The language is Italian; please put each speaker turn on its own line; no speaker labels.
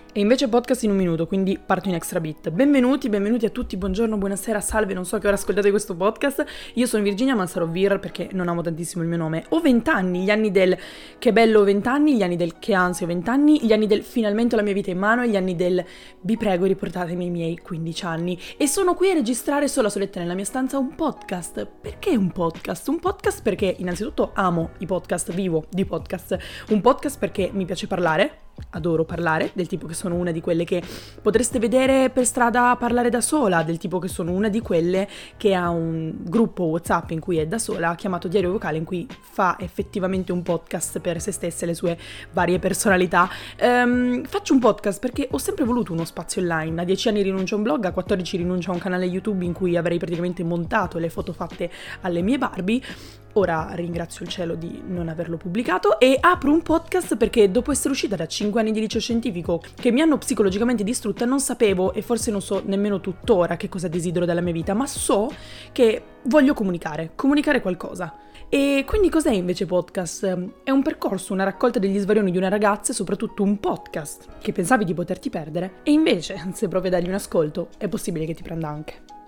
E invece podcast in un minuto, quindi parto in extra bit. Benvenuti a tutti, buongiorno, buonasera, salve, non so che ora ascoltate questo podcast. Io sono Virginia, ma sarò Vir perché non amo tantissimo il mio nome. Ho 20 anni, gli anni del che bello ho 20 anni, gli anni del che ansia ho 20 anni, gli anni del finalmente ho la mia vita in mano e gli anni del vi prego riportatemi i miei 15 anni. E sono qui a registrare sola soletta nella mia stanza un podcast. Perché un podcast? Un podcast perché innanzitutto amo i podcast, vivo di podcast. Un podcast perché mi piace parlare. Adoro parlare, del tipo che sono una di quelle che potreste vedere per strada parlare da sola, del tipo che sono una di quelle che ha un gruppo WhatsApp in cui è da sola, chiamato Diario Vocale, in cui fa effettivamente un podcast per se stesse e le sue varie personalità. Faccio un podcast perché ho sempre voluto uno spazio online. A 10 anni rinuncio a un blog, a 14 rinuncio a un canale YouTube in cui avrei praticamente montato le foto fatte alle mie Barbie. Ora ringrazio il cielo di non averlo pubblicato e apro un podcast perché dopo essere uscita da 5 anni di liceo scientifico che mi hanno psicologicamente distrutta non sapevo e forse non so nemmeno tuttora che cosa desidero dalla mia vita, ma so che voglio comunicare qualcosa. E quindi cos'è invece podcast? È un percorso, una raccolta degli svarioni di una ragazza e soprattutto un podcast che pensavi di poterti perdere e invece se provi a dargli un ascolto è possibile che ti prenda anche.